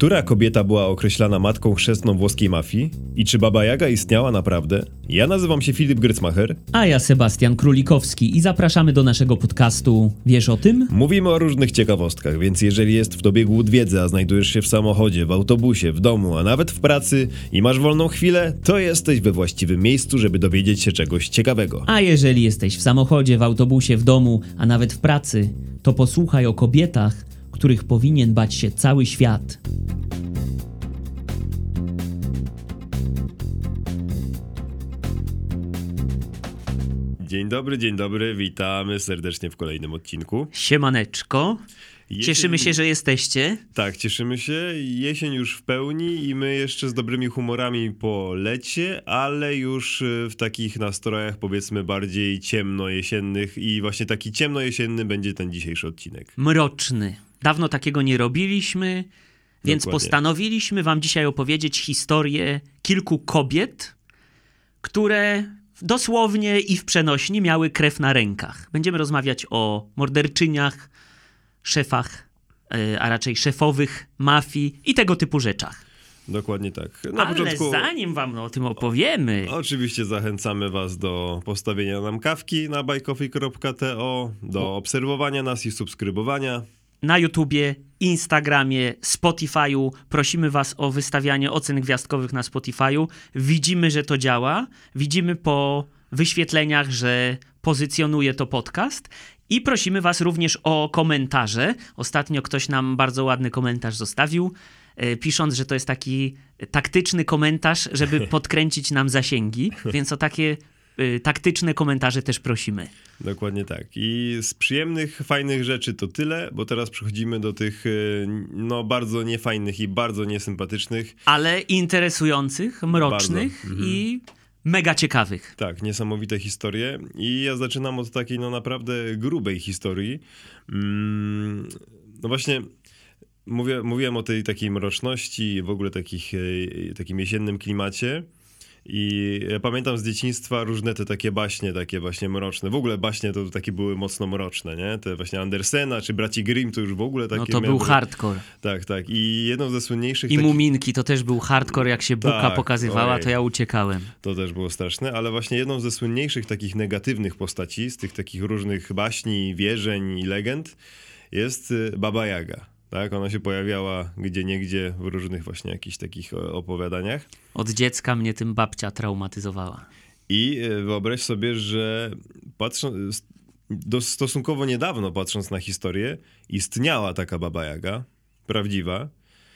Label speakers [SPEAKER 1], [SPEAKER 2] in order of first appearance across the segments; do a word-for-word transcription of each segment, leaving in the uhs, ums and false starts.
[SPEAKER 1] Która kobieta była określana matką chrzestną włoskiej mafii? I czy Baba Jaga istniała naprawdę? Ja nazywam się Filip Grycmacher.
[SPEAKER 2] A ja Sebastian Królikowski i zapraszamy do naszego podcastu. Wiesz o tym?
[SPEAKER 1] Mówimy o różnych ciekawostkach, więc jeżeli jest w tobie głód wiedzy, a znajdujesz się w samochodzie, w autobusie, w domu, a nawet w pracy i masz wolną chwilę, to jesteś we właściwym miejscu, żeby dowiedzieć się czegoś ciekawego.
[SPEAKER 2] A jeżeli jesteś w samochodzie, w autobusie, w domu, a nawet w pracy, to posłuchaj o kobietach, których powinien bać się cały świat.
[SPEAKER 1] Dzień dobry, dzień dobry, witamy serdecznie w kolejnym odcinku.
[SPEAKER 2] Siemaneczko.
[SPEAKER 1] Jesień...
[SPEAKER 2] Cieszymy się, że jesteście.
[SPEAKER 1] Tak, cieszymy się. Jesień już w pełni i my jeszcze z dobrymi humorami po lecie, ale już w takich nastrojach powiedzmy bardziej ciemno-jesiennych i właśnie taki ciemno-jesienny będzie ten dzisiejszy odcinek.
[SPEAKER 2] Mroczny. Dawno takiego nie robiliśmy, więc
[SPEAKER 1] Dokładnie.
[SPEAKER 2] Postanowiliśmy wam dzisiaj opowiedzieć historię kilku kobiet, które dosłownie i w przenośni miały krew na rękach. Będziemy rozmawiać o morderczyniach, szefach, a raczej szefowych mafii i tego typu rzeczach.
[SPEAKER 1] Dokładnie tak. Na
[SPEAKER 2] Ale
[SPEAKER 1] początku...
[SPEAKER 2] zanim wam o tym opowiemy...
[SPEAKER 1] Oczywiście zachęcamy was do postawienia nam kawki na buy coffee kropka to, do obserwowania nas i subskrybowania.
[SPEAKER 2] Na YouTubie, Instagramie, Spotify'u. Prosimy was o wystawianie ocen gwiazdkowych na Spotify'u. Widzimy, że to działa. Widzimy po wyświetleniach, że pozycjonuje to podcast. I prosimy was również o komentarze. Ostatnio ktoś nam bardzo ładny komentarz zostawił, pisząc, że to jest taki taktyczny komentarz, żeby podkręcić nam zasięgi. Więc o takie y, taktyczne komentarze też prosimy.
[SPEAKER 1] Dokładnie tak. I z przyjemnych, fajnych rzeczy to tyle, bo teraz przechodzimy do tych no bardzo niefajnych i bardzo niesympatycznych.
[SPEAKER 2] Ale interesujących, mrocznych
[SPEAKER 1] bardzo.
[SPEAKER 2] i mega ciekawych.
[SPEAKER 1] Tak, niesamowite historie. I ja zaczynam od takiej no naprawdę grubej historii. Mm, no właśnie... Mówię, mówiłem o tej takiej mroczności, w ogóle takich, takim jesiennym klimacie i ja pamiętam z dzieciństwa różne te takie baśnie, takie właśnie mroczne. W ogóle baśnie to takie były mocno mroczne, nie? Te właśnie Andersena czy braci Grimm to już w ogóle takie...
[SPEAKER 2] No to
[SPEAKER 1] miały...
[SPEAKER 2] był hardcore.
[SPEAKER 1] Tak, tak. I jedną ze słynniejszych...
[SPEAKER 2] I
[SPEAKER 1] takich...
[SPEAKER 2] Muminki to też był hardcore, jak się Buka
[SPEAKER 1] tak,
[SPEAKER 2] pokazywała,
[SPEAKER 1] ojej.
[SPEAKER 2] to ja uciekałem.
[SPEAKER 1] To też było straszne, ale właśnie jedną ze słynniejszych takich negatywnych postaci z tych takich różnych baśni, wierzeń i legend jest Baba Jaga. Tak, ona się pojawiała gdzieniegdzie w różnych właśnie jakichś takich opowiadaniach.
[SPEAKER 2] Od dziecka mnie tym babcia traumatyzowała.
[SPEAKER 1] I wyobraź sobie, że patrząc, stosunkowo niedawno patrząc na historię, istniała taka Baba Jaga, prawdziwa.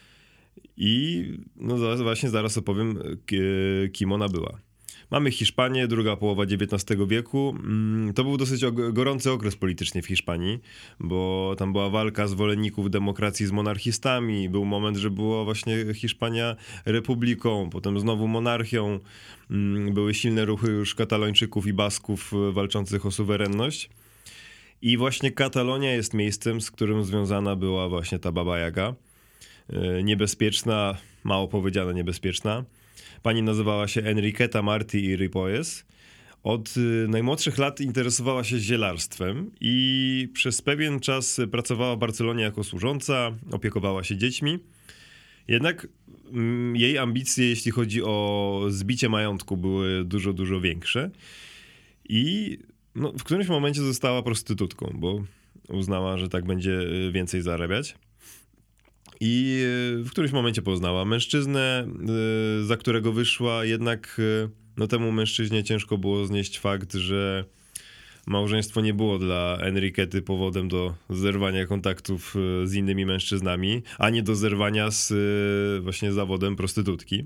[SPEAKER 1] I no właśnie zaraz opowiem, kim ona była. Mamy Hiszpanię, druga połowa dziewiętnastego wieku. To był dosyć gorący okres politycznie w Hiszpanii, bo tam była walka zwolenników demokracji z monarchistami. Był moment, że była właśnie Hiszpania republiką, potem znowu monarchią. Były silne ruchy już Katalończyków i Basków walczących o suwerenność. I właśnie Katalonia jest miejscem, z którym związana była właśnie ta Baba Jaga. Niebezpieczna, mało powiedziane niebezpieczna. Pani nazywała się Enriqueta Martí i Ripollès. Od najmłodszych lat interesowała się zielarstwem i przez pewien czas pracowała w Barcelonie jako służąca, opiekowała się dziećmi. Jednak mm, jej ambicje, jeśli chodzi o zbicie majątku, były dużo, dużo większe. I no, w którymś momencie została prostytutką, bo uznała, że tak będzie więcej zarabiać. I w którymś momencie poznała mężczyznę, za którego wyszła, jednak no temu mężczyźnie ciężko było znieść fakt, że małżeństwo nie było dla Enriquety powodem do zerwania kontaktów z innymi mężczyznami, ani do zerwania z właśnie zawodem prostytutki.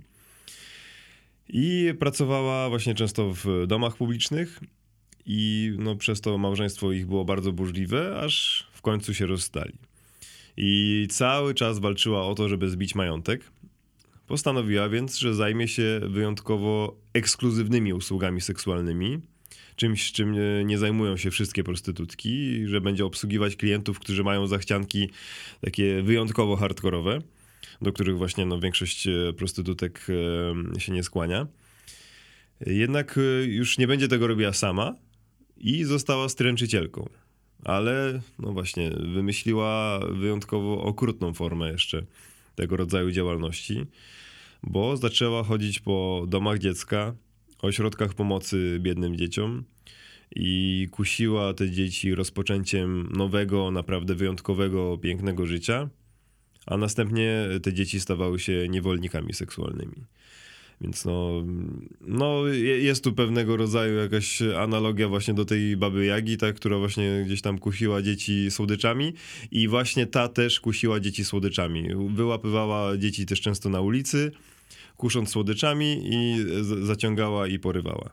[SPEAKER 1] I pracowała właśnie często w domach publicznych i no przez to małżeństwo ich było bardzo burzliwe, aż w końcu się rozstali. I cały czas walczyła o to, żeby zbić majątek. Postanowiła więc, że zajmie się wyjątkowo ekskluzywnymi usługami seksualnymi, czymś, czym nie zajmują się wszystkie prostytutki, że będzie obsługiwać klientów, którzy mają zachcianki takie wyjątkowo hardkorowe, do których właśnie no, większość prostytutek się nie skłania. Jednak już nie będzie tego robiła sama i została stręczycielką. Ale no właśnie wymyśliła wyjątkowo okrutną formę jeszcze tego rodzaju działalności, bo zaczęła chodzić po domach dziecka, ośrodkach pomocy biednym dzieciom i kusiła te dzieci rozpoczęciem nowego, naprawdę wyjątkowego, pięknego życia, a następnie te dzieci stawały się niewolnikami seksualnymi. Więc no, no jest tu pewnego rodzaju jakaś analogia właśnie do tej baby Jagi, tak, która właśnie gdzieś tam kusiła dzieci słodyczami i właśnie ta też kusiła dzieci słodyczami. Wyłapywała dzieci też często na ulicy, kusząc słodyczami i z- zaciągała i porywała.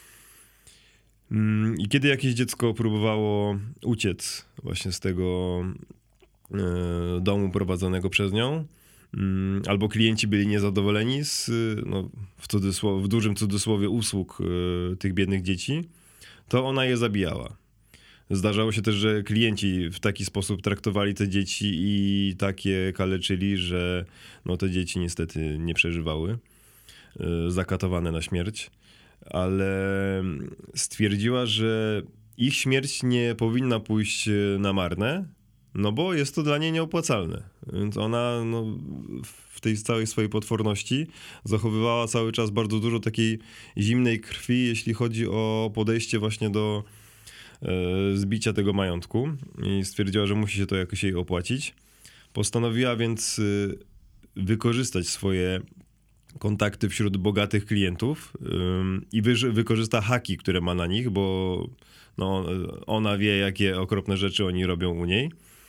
[SPEAKER 1] I kiedy jakieś dziecko próbowało uciec właśnie z tego e, domu prowadzonego przez nią, albo klienci byli niezadowoleni z, no, w, cudzysłow, w dużym cudzysłowie usług y, tych biednych dzieci, to ona je zabijała. Zdarzało się też, że klienci w taki sposób traktowali te dzieci i takie kaleczyli, że no, te dzieci niestety nie przeżywały, y, zakatowane na śmierć, ale stwierdziła, że ich śmierć nie powinna pójść na marne, no bo jest to dla niej nieopłacalne. Więc ona no, w tej całej swojej potworności zachowywała cały czas bardzo dużo takiej zimnej krwi, jeśli chodzi o podejście właśnie do e, zbicia tego majątku. I stwierdziła, że musi się to jakoś jej opłacić. Postanowiła więc y, wykorzystać swoje kontakty wśród bogatych klientów y, i wy, wykorzysta haki, które ma na nich, bo no, ona wie, jakie okropne rzeczy oni robią u niej.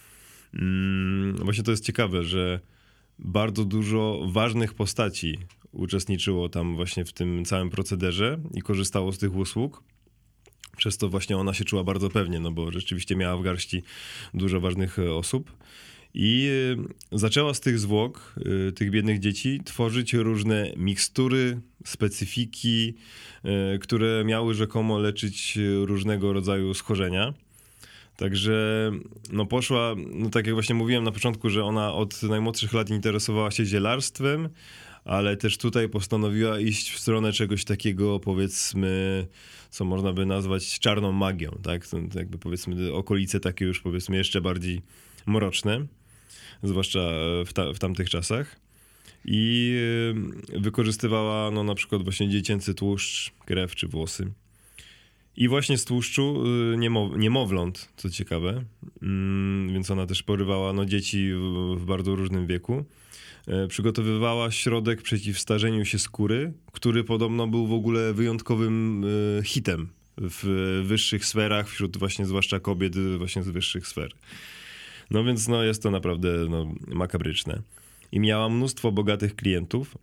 [SPEAKER 1] Właśnie to jest ciekawe, że bardzo dużo ważnych postaci uczestniczyło tam właśnie w tym całym procederze i korzystało z tych usług. Przez to właśnie ona się czuła bardzo pewnie, no bo rzeczywiście miała w garści dużo ważnych osób. I zaczęła z tych zwłok, tych biednych dzieci, tworzyć różne mikstury, specyfiki, które miały rzekomo leczyć różnego rodzaju schorzenia. Także no poszła, no tak jak właśnie mówiłem na początku, że ona od najmłodszych lat interesowała się zielarstwem, ale też tutaj postanowiła iść w stronę czegoś takiego, powiedzmy, co można by nazwać czarną magią, tak? To jakby powiedzmy okolice takie już powiedzmy jeszcze bardziej mroczne, zwłaszcza w, ta, w tamtych czasach. I wykorzystywała no na przykład właśnie dziecięcy tłuszcz, krew czy włosy. I właśnie z tłuszczu niemow- niemowląt, co ciekawe, mm, więc ona też porywała no, dzieci w, w bardzo różnym wieku. E, przygotowywała środek przeciw starzeniu się skóry, który podobno był w ogóle wyjątkowym e, hitem w wyższych sferach, wśród właśnie zwłaszcza kobiet właśnie z wyższych sfer. No więc no, jest to naprawdę no, makabryczne. I miała mnóstwo bogatych klientów,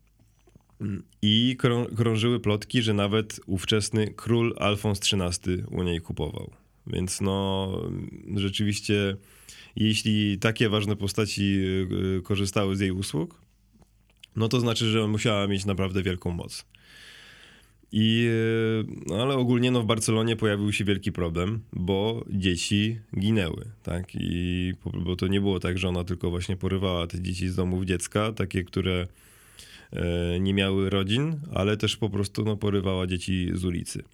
[SPEAKER 1] i krą- krążyły plotki, że nawet ówczesny król Alfons trzynasty u niej kupował. Więc no rzeczywiście, jeśli takie ważne postaci korzystały z jej usług, no to znaczy, że musiała mieć naprawdę wielką moc. I, no ale ogólnie no w Barcelonie pojawił się wielki problem, bo dzieci ginęły, tak? I bo to nie było tak, że ona tylko właśnie porywała te dzieci z domów dziecka, takie, które nie miały rodzin, ale też po prostu no, porywała dzieci z ulicy.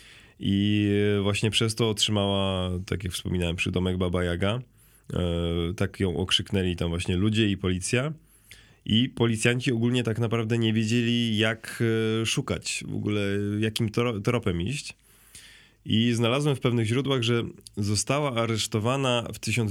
[SPEAKER 1] I właśnie przez to otrzymała, tak jak wspominałem, przydomek Baba Jaga. Tak ją okrzyknęli tam właśnie ludzie i policja. I policjanci ogólnie tak naprawdę nie wiedzieli, jak szukać, w ogóle jakim tropem iść. I znalazłem w pewnych źródłach, że została aresztowana w tysiąc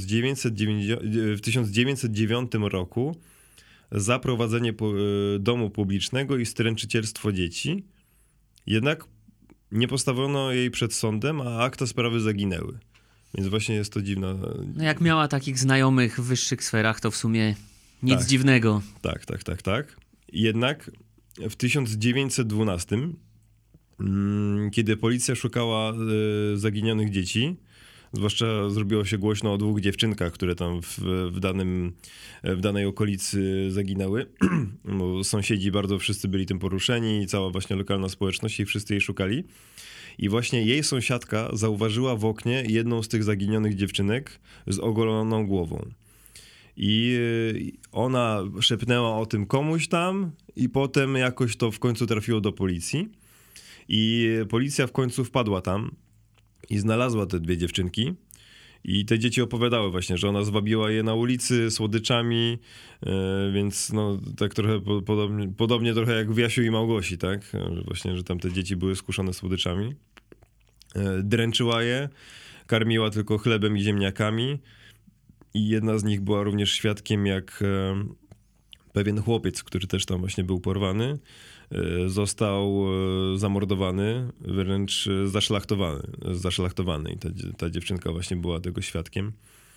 [SPEAKER 1] dziewięćset dziewiątym roku za prowadzenie domu publicznego i stręczycielstwo dzieci. Jednak nie postawiono jej przed sądem, a akta sprawy zaginęły. Więc właśnie jest to dziwna...
[SPEAKER 2] No jak miała takich znajomych w wyższych sferach, to w sumie nic
[SPEAKER 1] tak.
[SPEAKER 2] dziwnego.
[SPEAKER 1] Tak, tak, tak, tak. Jednak w tysiąc dziewięćset dwunastym, kiedy policja szukała zaginionych dzieci, zwłaszcza zrobiło się głośno o dwóch dziewczynkach, które tam w, w, danym, w danej okolicy zaginęły. Bo sąsiedzi bardzo wszyscy byli tym poruszeni i cała właśnie lokalna społeczność i wszyscy jej szukali. I właśnie jej sąsiadka zauważyła w oknie jedną z tych zaginionych dziewczynek z ogoloną głową. I ona szepnęła o tym komuś tam i potem jakoś to w końcu trafiło do policji. I policja w końcu wpadła tam i znalazła te dwie dziewczynki I te dzieci opowiadały właśnie, że ona zwabiła je na ulicy słodyczami, więc no tak trochę podobnie, podobnie trochę jak w Jasiu i Małgosi, tak? Że właśnie, że tam te dzieci były skuszone słodyczami. Dręczyła je, karmiła tylko chlebem i ziemniakami i jedna z nich była również świadkiem, jak pewien chłopiec, który też tam właśnie był porwany, został zamordowany, wręcz zaszlachtowany. zaszlachtowany. I ta, ta dziewczynka właśnie była tego świadkiem.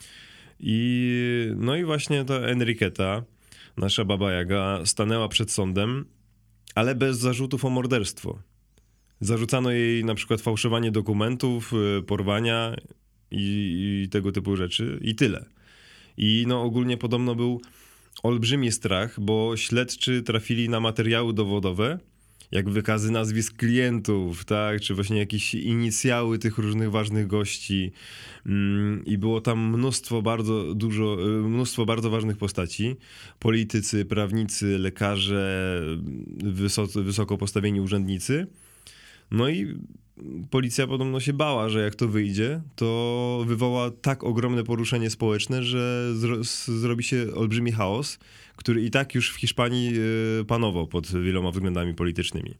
[SPEAKER 1] I, no i właśnie ta Enriqueta, nasza Baba Jaga, stanęła przed sądem, ale bez zarzutów o morderstwo. Zarzucano jej na przykład fałszowanie dokumentów, porwania i, i tego typu rzeczy i tyle. I no ogólnie podobno był olbrzymi strach, bo śledczy trafili na materiały dowodowe, jak wykazy nazwisk klientów, tak, czy właśnie jakieś inicjały tych różnych ważnych gości i było tam mnóstwo bardzo dużo, mnóstwo bardzo ważnych postaci, politycy, prawnicy, lekarze, wysoko, wysoko postawieni urzędnicy. No i policja podobno się bała, że jak to wyjdzie, to wywoła tak ogromne poruszenie społeczne, że zro, zrobi się olbrzymi chaos, który i tak już w Hiszpanii panował pod wieloma względami politycznymi.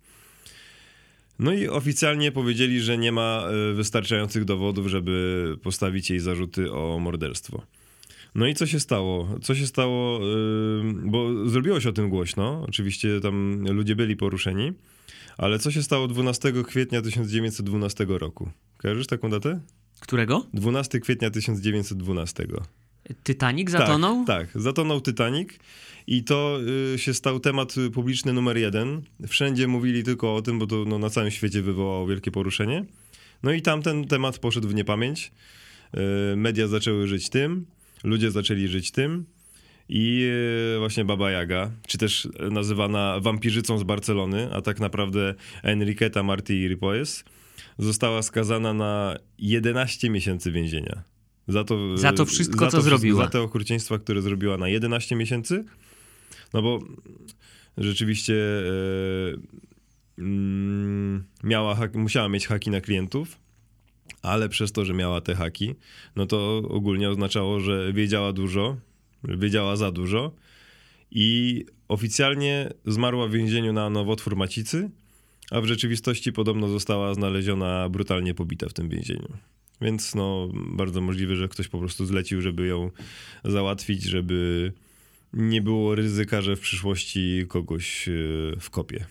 [SPEAKER 1] No i oficjalnie powiedzieli, że nie ma wystarczających dowodów, żeby postawić jej zarzuty o morderstwo. No i co się stało? Co się stało, bo zrobiło się o tym głośno, oczywiście tam ludzie byli poruszeni, ale co się stało dwunastego kwietnia tysiąc dziewięćset dwunastego roku? Kojarzysz taką datę?
[SPEAKER 2] Którego?
[SPEAKER 1] dwunastego kwietnia tysiąc dziewięćset dwunastego.
[SPEAKER 2] Titanic zatonął?
[SPEAKER 1] Tak, tak, zatonął Titanic i to y, się stał temat publiczny numer jeden. Wszędzie mówili tylko o tym, bo to no, na całym świecie wywołało wielkie poruszenie. No i tamten temat poszedł w niepamięć. Y, media zaczęły żyć tym, ludzie zaczęli żyć tym. I właśnie Baba Jaga, czy też nazywana wampirzycą z Barcelony, a tak naprawdę Enriqueta Martí i Ripollés, została skazana na jedenaście miesięcy więzienia. Za to,
[SPEAKER 2] za to wszystko,
[SPEAKER 1] za
[SPEAKER 2] co
[SPEAKER 1] to,
[SPEAKER 2] zrobiła.
[SPEAKER 1] Za te okrucieństwa, które zrobiła na jedenaście miesięcy. No bo rzeczywiście e, mm, miała hak, musiała mieć haki na klientów, ale przez to, że miała te haki, no to ogólnie oznaczało, że wiedziała dużo, wiedziała za dużo i oficjalnie zmarła w więzieniu na nowotwór macicy, a w rzeczywistości podobno została znaleziona brutalnie pobita w tym więzieniu. Więc no bardzo możliwe, że ktoś po prostu zlecił, żeby ją załatwić, żeby nie było ryzyka, że w przyszłości kogoś wkopie.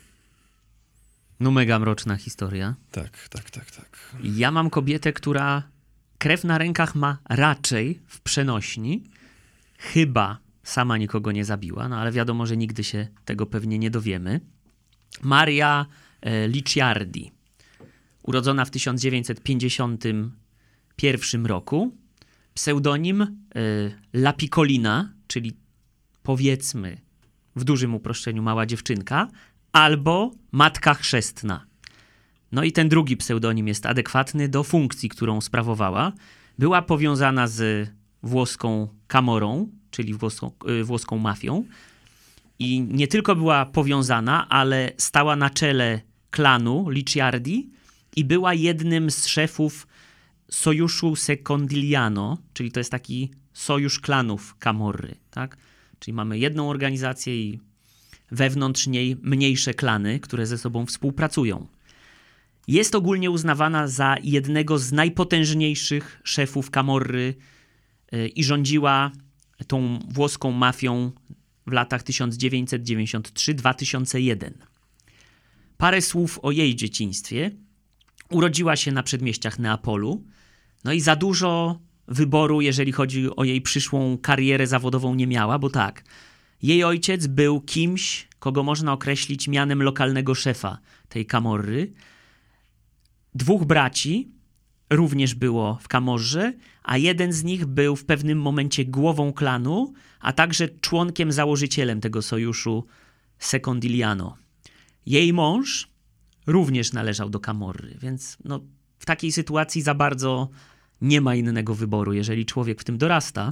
[SPEAKER 2] No mega mroczna historia.
[SPEAKER 1] Tak, tak, tak, tak.
[SPEAKER 2] Ja mam kobietę, która krew na rękach ma raczej w przenośni. Chyba sama nikogo nie zabiła, no ale wiadomo, że nigdy się tego pewnie nie dowiemy. Maria e, Licciardi, urodzona w tysiąc dziewięćset pięćdziesiątym pierwszym roku. Pseudonim e, La Piccolina, czyli powiedzmy w dużym uproszczeniu mała dziewczynka, albo matka chrzestna. No i ten drugi pseudonim jest adekwatny do funkcji, którą sprawowała. Była powiązana z włoską Camorrą, czyli włoską, włoską mafią. I nie tylko była powiązana, ale stała na czele klanu Licciardi i była jednym z szefów Sojuszu Secondigliano, czyli to jest taki sojusz klanów Camorry, tak? Czyli mamy jedną organizację i wewnątrz niej mniejsze klany, które ze sobą współpracują. Jest ogólnie uznawana za jednego z najpotężniejszych szefów Camorry i rządziła tą włoską mafią w latach tysiąc dziewięćset dziewięćdziesiąt trzy do dwa tysiące jeden. Parę słów o jej dzieciństwie. Urodziła się na przedmieściach Neapolu. No i za dużo wyboru, jeżeli chodzi o jej przyszłą karierę zawodową, nie miała, bo tak, jej ojciec był kimś, kogo można określić mianem lokalnego szefa tej Camorry. Dwóch braci również było w Camorrze, a jeden z nich był w pewnym momencie głową klanu, a także członkiem, założycielem tego sojuszu Secondigliano. Jej mąż również należał do Camorry, więc no, w takiej sytuacji za bardzo nie ma innego wyboru, jeżeli człowiek w tym dorasta.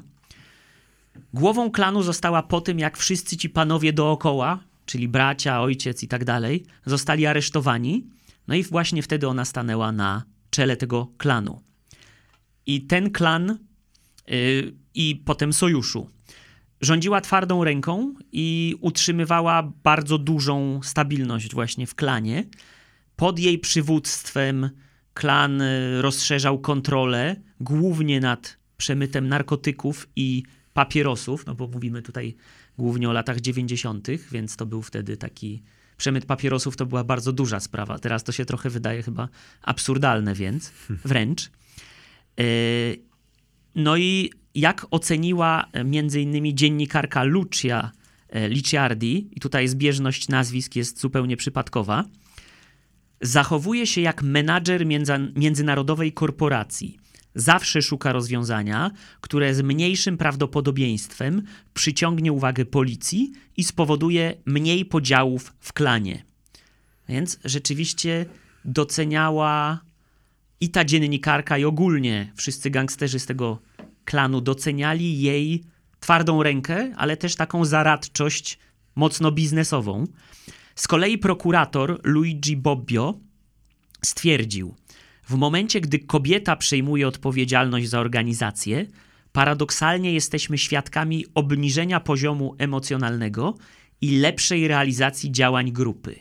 [SPEAKER 2] Głową klanu została po tym, jak wszyscy ci panowie dookoła, czyli bracia, ojciec i tak dalej, zostali aresztowani. No i właśnie wtedy ona stanęła na czele tego klanu. I ten klan yy, i potem sojuszu. Rządziła twardą ręką i utrzymywała bardzo dużą stabilność właśnie w klanie. Pod jej przywództwem klan rozszerzał kontrolę głównie nad przemytem narkotyków i papierosów, no bo mówimy tutaj głównie o latach dziewięćdziesiątych, więc to był wtedy taki... Przemyt papierosów to była bardzo duża sprawa. Teraz to się trochę wydaje chyba absurdalne, więc wręcz. No i jak oceniła między innymi dziennikarka Lucia Licciardi, i tutaj zbieżność nazwisk jest zupełnie przypadkowa, zachowuje się jak menadżer międzynarodowej korporacji. Zawsze szuka rozwiązania, które z mniejszym prawdopodobieństwem przyciągnie uwagę policji i spowoduje mniej podziałów w klanie. Więc rzeczywiście doceniała i ta dziennikarka, i ogólnie wszyscy gangsterzy z tego klanu doceniali jej twardą rękę, ale też taką zaradczość mocno biznesową. Z kolei prokurator Luigi Bobbio stwierdził: w momencie, gdy kobieta przejmuje odpowiedzialność za organizację, paradoksalnie jesteśmy świadkami obniżenia poziomu emocjonalnego i lepszej realizacji działań grupy.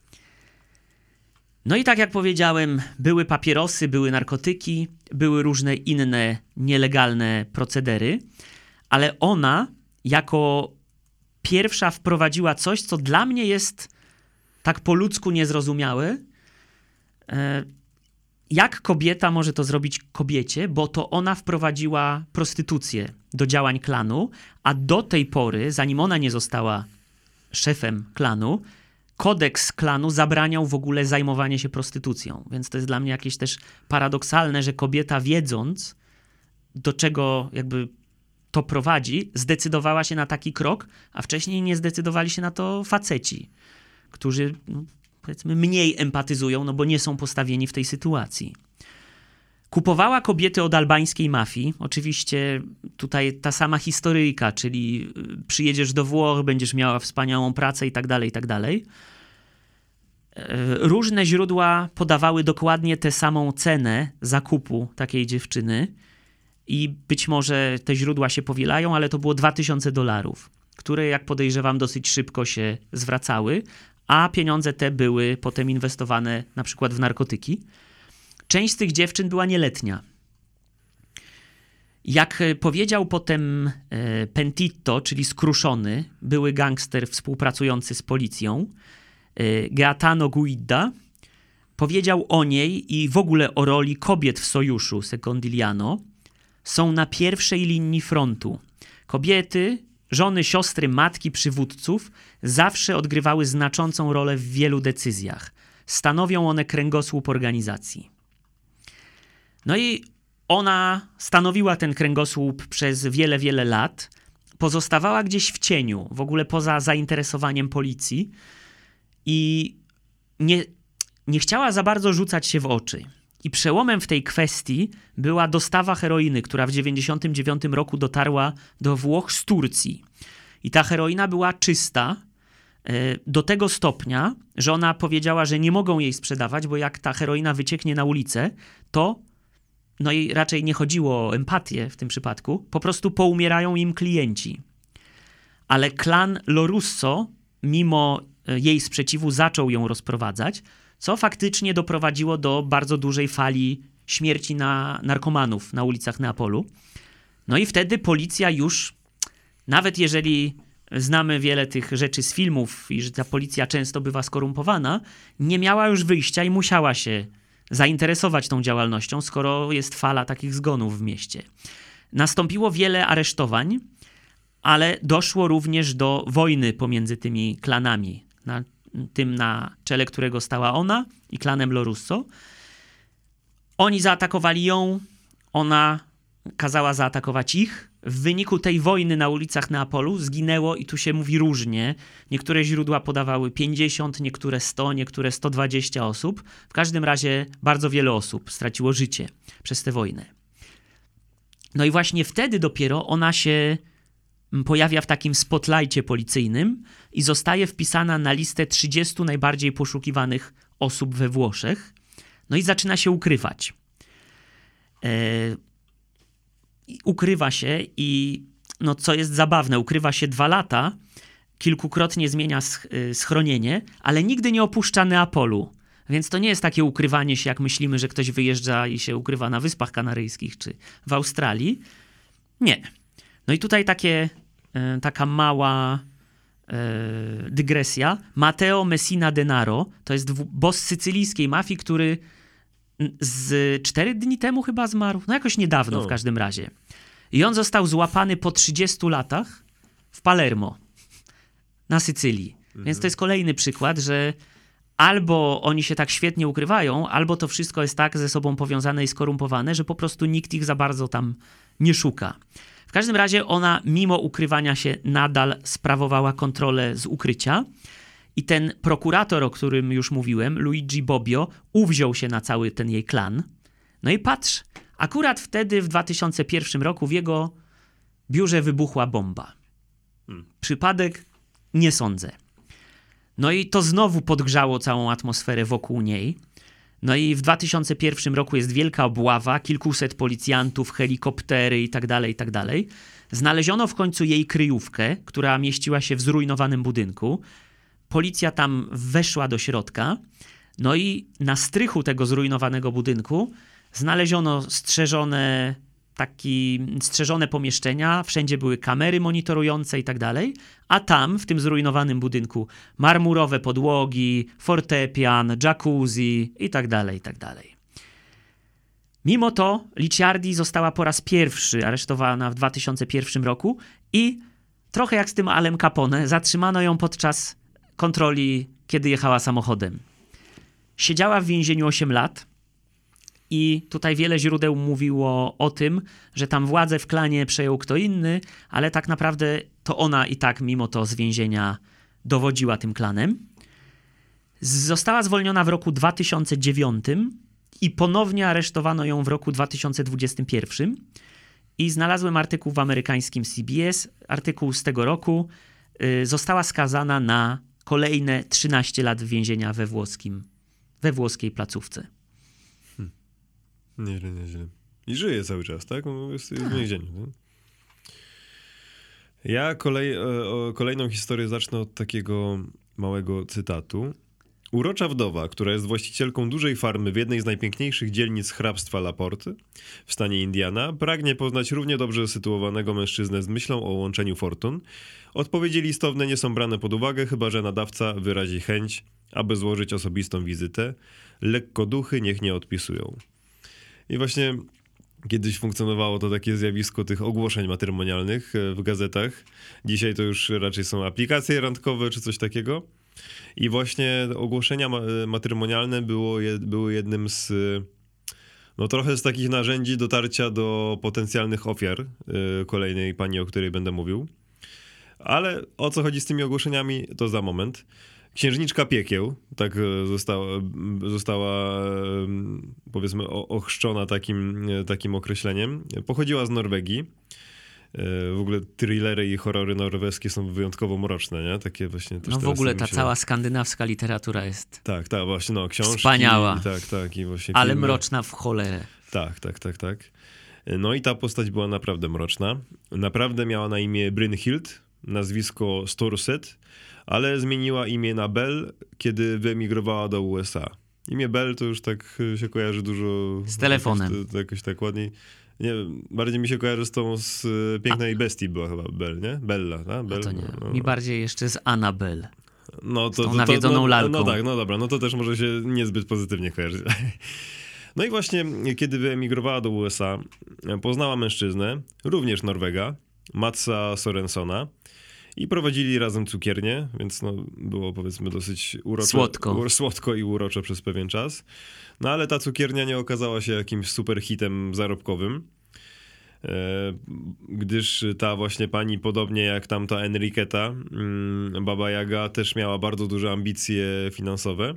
[SPEAKER 2] No i tak jak powiedziałem, były papierosy, były narkotyki, były różne inne nielegalne procedery, ale ona jako pierwsza wprowadziła coś, co dla mnie jest tak po ludzku niezrozumiałe. Jak kobieta może to zrobić kobiecie, bo to ona wprowadziła prostytucję do działań klanu, a do tej pory, zanim ona nie została szefem klanu, kodeks klanu zabraniał w ogóle zajmowanie się prostytucją. Więc to jest dla mnie jakieś też paradoksalne, że kobieta, wiedząc, do czego jakby to prowadzi, zdecydowała się na taki krok, a wcześniej nie zdecydowali się na to faceci, którzy... No, powiedzmy, mniej empatyzują, no bo nie są postawieni w tej sytuacji. Kupowała kobiety od albańskiej mafii. Oczywiście tutaj ta sama historyjka, czyli przyjedziesz do Włoch, będziesz miała wspaniałą pracę i tak dalej, i tak dalej. Różne źródła podawały dokładnie tę samą cenę zakupu takiej dziewczyny i być może te źródła się powielają, ale to było dwa tysiące dolarów, które, jak podejrzewam, dosyć szybko się zwracały, a pieniądze te były potem inwestowane na przykład w narkotyki. Część z tych dziewczyn była nieletnia. Jak powiedział potem Pentito, czyli skruszony, były gangster współpracujący z policją, Gaetano Guida, powiedział o niej i w ogóle o roli kobiet w sojuszu Secondigliano: są na pierwszej linii frontu. Kobiety, żony, siostry, matki przywódców zawsze odgrywały znaczącą rolę w wielu decyzjach. Stanowią one kręgosłup organizacji. No i ona stanowiła ten kręgosłup przez wiele, wiele lat. Pozostawała gdzieś w cieniu, w ogóle poza zainteresowaniem policji i nie, nie chciała za bardzo rzucać się w oczy. I przełomem w tej kwestii była dostawa heroiny, która w dziewięćdziesiątym dziewiątym roku dotarła do Włoch z Turcji. I ta heroina była czysta do tego stopnia, że ona powiedziała, że nie mogą jej sprzedawać, bo jak ta heroina wycieknie na ulicę, to, no i raczej nie chodziło o empatię w tym przypadku, po prostu poumierają im klienci. Ale klan Lorusso, mimo jej sprzeciwu, zaczął ją rozprowadzać, co faktycznie doprowadziło do bardzo dużej fali śmierci na narkomanów na ulicach Neapolu. No i wtedy policja już, nawet jeżeli znamy wiele tych rzeczy z filmów i że ta policja często bywa skorumpowana, nie miała już wyjścia i musiała się zainteresować tą działalnością, skoro jest fala takich zgonów w mieście. Nastąpiło wiele aresztowań, ale doszło również do wojny pomiędzy tymi klanami, na tym na czele którego stała ona i klanem Lorusso. Oni zaatakowali ją, ona kazała zaatakować ich. W wyniku tej wojny na ulicach Neapolu zginęło, i tu się mówi różnie, niektóre źródła podawały pięćdziesiąt, niektóre sto, niektóre sto dwadzieścia osób. W każdym razie bardzo wiele osób straciło życie przez tę wojnę. No i właśnie wtedy dopiero ona się pojawia w takim spotlightie policyjnym i zostaje wpisana na listę trzydziestu najbardziej poszukiwanych osób we Włoszech. No i zaczyna się ukrywać. ukrywa się i no co jest zabawne, ukrywa się dwa lata, kilkukrotnie zmienia sch- schronienie, ale nigdy nie opuszcza Neapolu. Więc to nie jest takie ukrywanie się, jak myślimy, że ktoś wyjeżdża i się ukrywa na Wyspach Kanaryjskich czy w Australii. Nie. No i tutaj takie, e, taka mała e, dygresja. Matteo Messina Denaro to jest dwu- boss sycylijskiej mafii, który z cztery dni temu chyba zmarł. No jakoś niedawno
[SPEAKER 1] No.
[SPEAKER 2] w każdym razie. I on został złapany po trzydziestu latach w Palermo, na Sycylii. Mhm. Więc to jest kolejny przykład, że albo oni się tak świetnie ukrywają, albo to wszystko jest tak ze sobą powiązane i skorumpowane, że po prostu nikt ich za bardzo tam nie szuka. W każdym razie ona, mimo ukrywania się, nadal sprawowała kontrolę z ukrycia. I ten prokurator, o którym już mówiłem, Luigi Bobbio, uwziął się na cały ten jej klan. No i patrz, akurat wtedy, w dwa tysiące pierwszym roku, w jego biurze wybuchła bomba. Hmm. Przypadek? Nie sądzę. No i to znowu podgrzało całą atmosferę wokół niej. No i w dwa tysiące pierwszym roku jest wielka obława, kilkuset policjantów, helikoptery i tak dalej, i tak dalej. Znaleziono w końcu jej kryjówkę, która mieściła się w zrujnowanym budynku. Policja tam weszła do środka, no i na strychu tego zrujnowanego budynku znaleziono strzeżone, taki, strzeżone pomieszczenia, wszędzie były kamery monitorujące i tak dalej, a tam, w tym zrujnowanym budynku, marmurowe podłogi, fortepian, jacuzzi i tak dalej, i tak dalej. Mimo to Licciardi została po raz pierwszy aresztowana w dwa tysiące pierwszym roku i trochę jak z tym Alem Capone, zatrzymano ją podczas kontroli, kiedy jechała samochodem. Siedziała w więzieniu osiem lat i tutaj wiele źródeł mówiło o tym, że tam władzę w klanie przejął kto inny, ale tak naprawdę to ona i tak mimo to z więzienia dowodziła tym klanem. Została zwolniona w roku dwa tysiące dziewiątym i ponownie aresztowano ją w roku dwa tysiące dwudziestym pierwszym i znalazłem artykuł w amerykańskim C B S, artykuł z tego roku. Yy, została skazana na kolejne trzynaście lat więzienia we włoskim, we włoskiej placówce.
[SPEAKER 1] Hmm. Nieźle, nieźle. I żyje cały czas, tak? Jest, jest w więzieniu. Tak? Ja kolej, o, kolejną historię zacznę od takiego małego cytatu. Urocza wdowa, która jest właścicielką dużej farmy w jednej z najpiękniejszych dzielnic hrabstwa Laporte w stanie Indiana, pragnie poznać równie dobrze sytuowanego mężczyznę z myślą o łączeniu fortun. Odpowiedzi listowne nie są brane pod uwagę, chyba że nadawca wyrazi chęć, aby złożyć osobistą wizytę. Lekkoduchy niech nie odpisują. I właśnie kiedyś funkcjonowało to takie zjawisko tych ogłoszeń matrymonialnych w gazetach. Dzisiaj to już raczej są aplikacje randkowe czy coś takiego. I właśnie ogłoszenia matrymonialne było, były jednym z, no trochę z takich narzędzi dotarcia do potencjalnych ofiar kolejnej pani, o której będę mówił. Ale o co chodzi z tymi ogłoszeniami, to za moment. Księżniczka Piekieł, tak została, została powiedzmy ochrzczona takim, takim określeniem, pochodziła z Norwegii. W ogóle thrillery i horrory norweskie są wyjątkowo mroczne, nie? Takie właśnie też
[SPEAKER 2] no w ogóle ta
[SPEAKER 1] myślę...
[SPEAKER 2] cała skandynawska literatura jest
[SPEAKER 1] tak, tak, właśnie, no, książki.
[SPEAKER 2] Wspaniała.
[SPEAKER 1] I tak, tak, i właśnie
[SPEAKER 2] ale
[SPEAKER 1] filmy.
[SPEAKER 2] Mroczna w cholerę.
[SPEAKER 1] Tak, tak, tak, tak. No i ta postać była naprawdę mroczna. Naprawdę miała na imię Brynhild, nazwisko Storset, ale zmieniła imię na Bell, kiedy wyemigrowała do U S A. Imię Bell to już tak się kojarzy dużo...
[SPEAKER 2] Z telefonem.
[SPEAKER 1] Jakoś, to, jakoś tak ładniej. Nie wiem, bardziej mi się kojarzy z tą z Pięknej A... Bestii była chyba Bell, nie? Bella, tak? Bell,
[SPEAKER 2] A to nie.
[SPEAKER 1] No, no.
[SPEAKER 2] Mi bardziej jeszcze z Annabelle.
[SPEAKER 1] No to,
[SPEAKER 2] z tą
[SPEAKER 1] to,
[SPEAKER 2] nawiedzoną
[SPEAKER 1] to, no,
[SPEAKER 2] lalką.
[SPEAKER 1] No tak, no dobra, no to też może się niezbyt pozytywnie kojarzyć. No i właśnie, kiedy wyemigrowała do U S A, poznała mężczyznę, również Norwega, Matsa Sorensona, i prowadzili razem cukiernię, więc no, było powiedzmy dosyć urocze,
[SPEAKER 2] słodko.
[SPEAKER 1] U, słodko i urocze przez pewien czas. No ale ta cukiernia nie okazała się jakimś super hitem zarobkowym, e, gdyż ta właśnie pani, podobnie jak tamta Enriqueta, mm, Baba Jaga, też miała bardzo duże ambicje finansowe.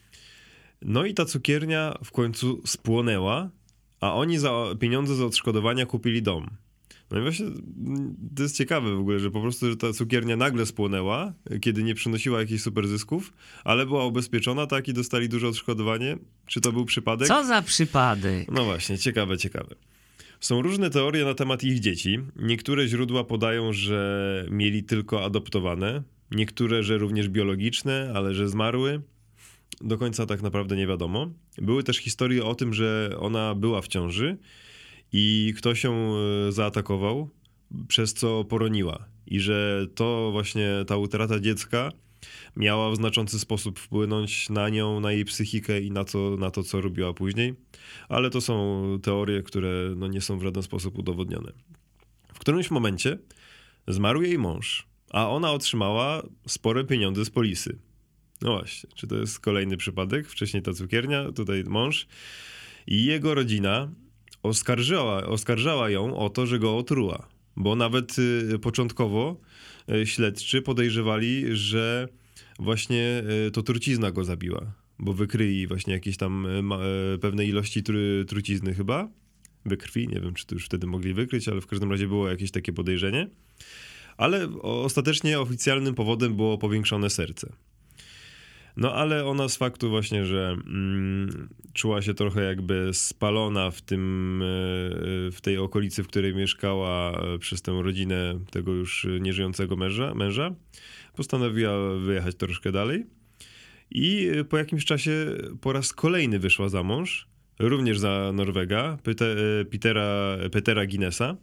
[SPEAKER 1] No i ta cukiernia w końcu spłonęła, a oni za pieniądze za odszkodowania kupili dom. No i właśnie to jest ciekawe w ogóle, że po prostu że ta cukiernia nagle spłonęła, kiedy nie przynosiła jakichś super zysków, ale była ubezpieczona, tak, i dostali duże odszkodowanie. Czy to był przypadek?
[SPEAKER 2] Co za przypadek?
[SPEAKER 1] No właśnie, ciekawe, ciekawe. Są różne teorie na temat ich dzieci. Niektóre źródła podają, że mieli tylko adoptowane, niektóre, że również biologiczne, ale że zmarły. Do końca tak naprawdę nie wiadomo. Były też historie o tym, że ona była w ciąży i ktoś ją zaatakował, przez co poroniła. I że to właśnie ta utrata dziecka miała w znaczący sposób wpłynąć na nią, na jej psychikę i na to, na to co robiła później. Ale to są teorie, które no, nie są w żaden sposób udowodnione. W którymś momencie zmarł jej mąż, a ona otrzymała spore pieniądze z polisy. No właśnie, czy to jest kolejny przypadek? Wcześniej ta cukiernia, tutaj mąż. I jego rodzina oskarżała, oskarżała ją o to, że go otruła. Bo nawet y, początkowo y, śledczy podejrzewali, że właśnie y, to trucizna go zabiła. Bo wykryli właśnie jakieś tam y, ma, y, pewne ilości tru, trucizny chyba. We krwi, nie wiem, czy to już wtedy mogli wykryć, ale w każdym razie było jakieś takie podejrzenie. Ale o, ostatecznie oficjalnym powodem było powiększone serce. No ale ona z faktu właśnie, że mm, czuła się trochę jakby spalona w tym, w tej okolicy, w której mieszkała przez tę rodzinę tego już nieżyjącego męża, męża, postanowiła wyjechać troszkę dalej i po jakimś czasie po raz kolejny wyszła za mąż, również za Norwega, Petera, Petera Guinnessa.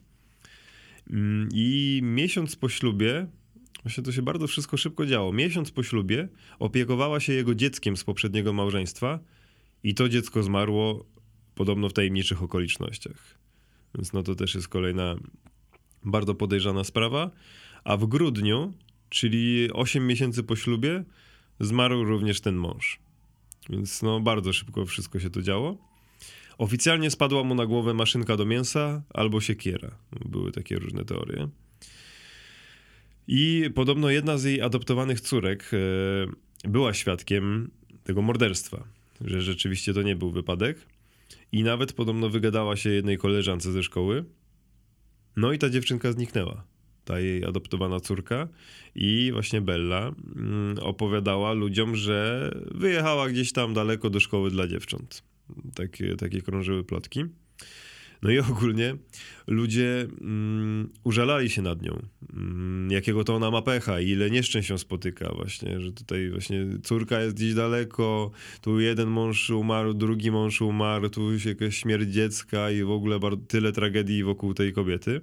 [SPEAKER 1] I miesiąc po ślubie, właśnie to się bardzo wszystko szybko działo. Miesiąc po ślubie opiekowała się jego dzieckiem z poprzedniego małżeństwa i to dziecko zmarło podobno w tajemniczych okolicznościach. Więc no to też jest kolejna bardzo podejrzana sprawa. A w grudniu, czyli osiem miesięcy po ślubie, zmarł również ten mąż. Więc no bardzo szybko wszystko się to działo. Oficjalnie spadła mu na głowę maszynka do mięsa albo siekiera. Były takie różne teorie. I podobno jedna z jej adoptowanych córek była świadkiem tego morderstwa, że rzeczywiście to nie był wypadek. I nawet podobno wygadała się jednej koleżance ze szkoły. No i ta dziewczynka zniknęła. Ta jej adoptowana córka i właśnie Bella opowiadała ludziom, że wyjechała gdzieś tam daleko do szkoły dla dziewcząt. Takie, takie krążyły plotki. No i ogólnie ludzie mm, użalali się nad nią. Mm, jakiego to ona ma pecha i ile nieszczęść ją spotyka właśnie, że tutaj właśnie córka jest gdzieś daleko, tu jeden mąż umarł, drugi mąż umarł, tu jakaś śmierć dziecka i w ogóle bardzo, tyle tragedii wokół tej kobiety.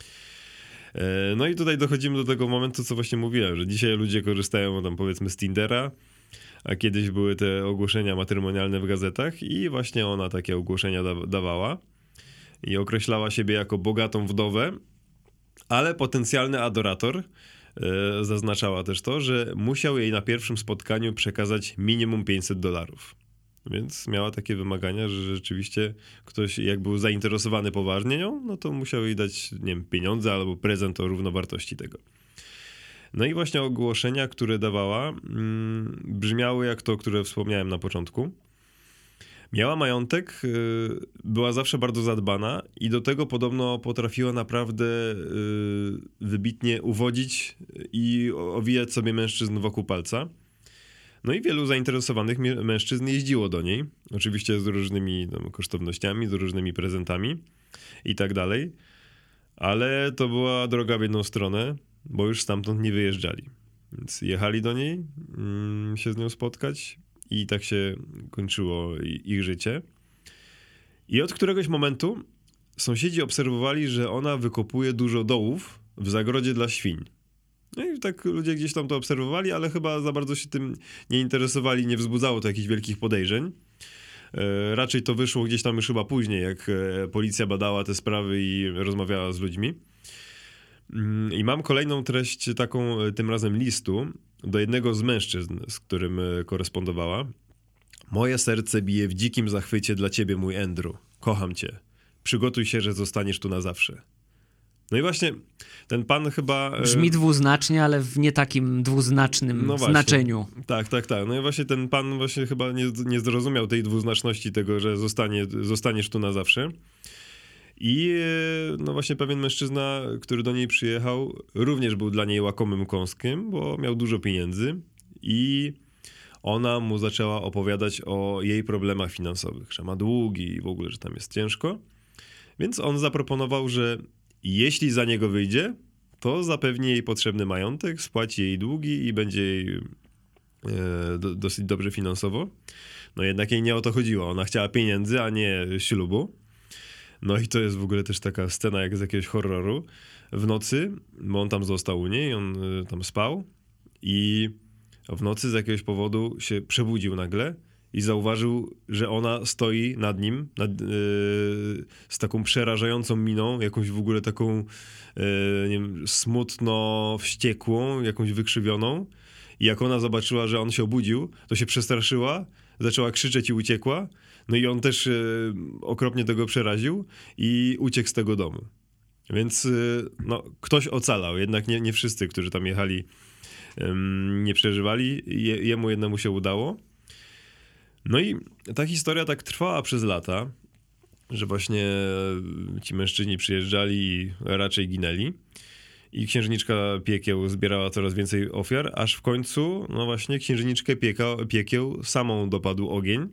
[SPEAKER 1] E, no i tutaj dochodzimy do tego momentu, co właśnie mówiłem, że dzisiaj ludzie korzystają tam powiedzmy z Tindera, a kiedyś były te ogłoszenia matrymonialne w gazetach i właśnie ona takie ogłoszenia da- dawała. I określała siebie jako bogatą wdowę, ale potencjalny adorator e, zaznaczała też to, że musiał jej na pierwszym spotkaniu przekazać minimum pięćset dolarów. Więc miała takie wymagania, że rzeczywiście ktoś jak był zainteresowany poważnie nią, no to musiał jej dać, nie wiem, pieniądze albo prezent o równowartości tego. No i właśnie ogłoszenia, które dawała, mm, brzmiały jak to, które wspomniałem na początku. Miała majątek, była zawsze bardzo zadbana i do tego podobno potrafiła naprawdę wybitnie uwodzić i owijać sobie mężczyzn wokół palca. No i wielu zainteresowanych mężczyzn jeździło do niej, oczywiście z różnymi no, kosztownościami, z różnymi prezentami i tak dalej, ale to była droga w jedną stronę, bo już stamtąd nie wyjeżdżali. Więc jechali do niej mm, się z nią spotkać. I tak się kończyło ich życie. I od któregoś momentu sąsiedzi obserwowali, że ona wykopuje dużo dołów w zagrodzie dla świń. No i tak ludzie gdzieś tam to obserwowali, ale chyba za bardzo się tym nie interesowali, nie wzbudzało to jakichś wielkich podejrzeń. E, raczej to wyszło gdzieś tam już chyba później, jak e, policja badała te sprawy i rozmawiała z ludźmi. I mam kolejną treść taką, tym razem listu, do jednego z mężczyzn, z którym korespondowała. Moje serce bije w dzikim zachwycie dla ciebie, mój Andrew. Kocham cię. Przygotuj się, że zostaniesz tu na zawsze. No i właśnie ten pan chyba...
[SPEAKER 2] Brzmi dwuznacznie, ale w nie takim dwuznacznym
[SPEAKER 1] no właśnie,
[SPEAKER 2] znaczeniu.
[SPEAKER 1] Tak, tak, tak. No i właśnie ten pan właśnie chyba nie, nie zrozumiał tej dwuznaczności tego, że zostanie, zostaniesz tu na zawsze. I no właśnie pewien mężczyzna, który do niej przyjechał, również był dla niej łakomym kąskiem, bo miał dużo pieniędzy i ona mu zaczęła opowiadać o jej problemach finansowych, że ma długi i w ogóle, że tam jest ciężko. Więc on zaproponował, że jeśli za niego wyjdzie, to zapewni jej potrzebny majątek, spłaci jej długi i będzie jej e, do, dosyć dobrze finansowo. No jednak jej nie o to chodziło. Ona chciała pieniędzy, a nie ślubu. No i to jest w ogóle też taka scena jak z jakiegoś horroru. W nocy, bo on tam został u niej, on y, tam spał i w nocy z jakiegoś powodu się przebudził nagle i zauważył, że ona stoi nad nim nad, y, z taką przerażającą miną, jakąś w ogóle taką y, nie wiem, smutno wściekłą, jakąś wykrzywioną. I jak ona zobaczyła, że on się obudził, to się przestraszyła, zaczęła krzyczeć i uciekła. No i on też y, okropnie tego przeraził i uciekł z tego domu. Więc y, no, ktoś ocalał, jednak nie, nie wszyscy, którzy tam jechali, ym, nie przeżywali. Je, jemu jednemu się udało. No i ta historia tak trwała przez lata, że właśnie ci mężczyźni przyjeżdżali i raczej ginęli. I księżniczka piekieł zbierała coraz więcej ofiar, aż w końcu, no właśnie, księżniczkę pieka, piekieł samą dopadł ogień,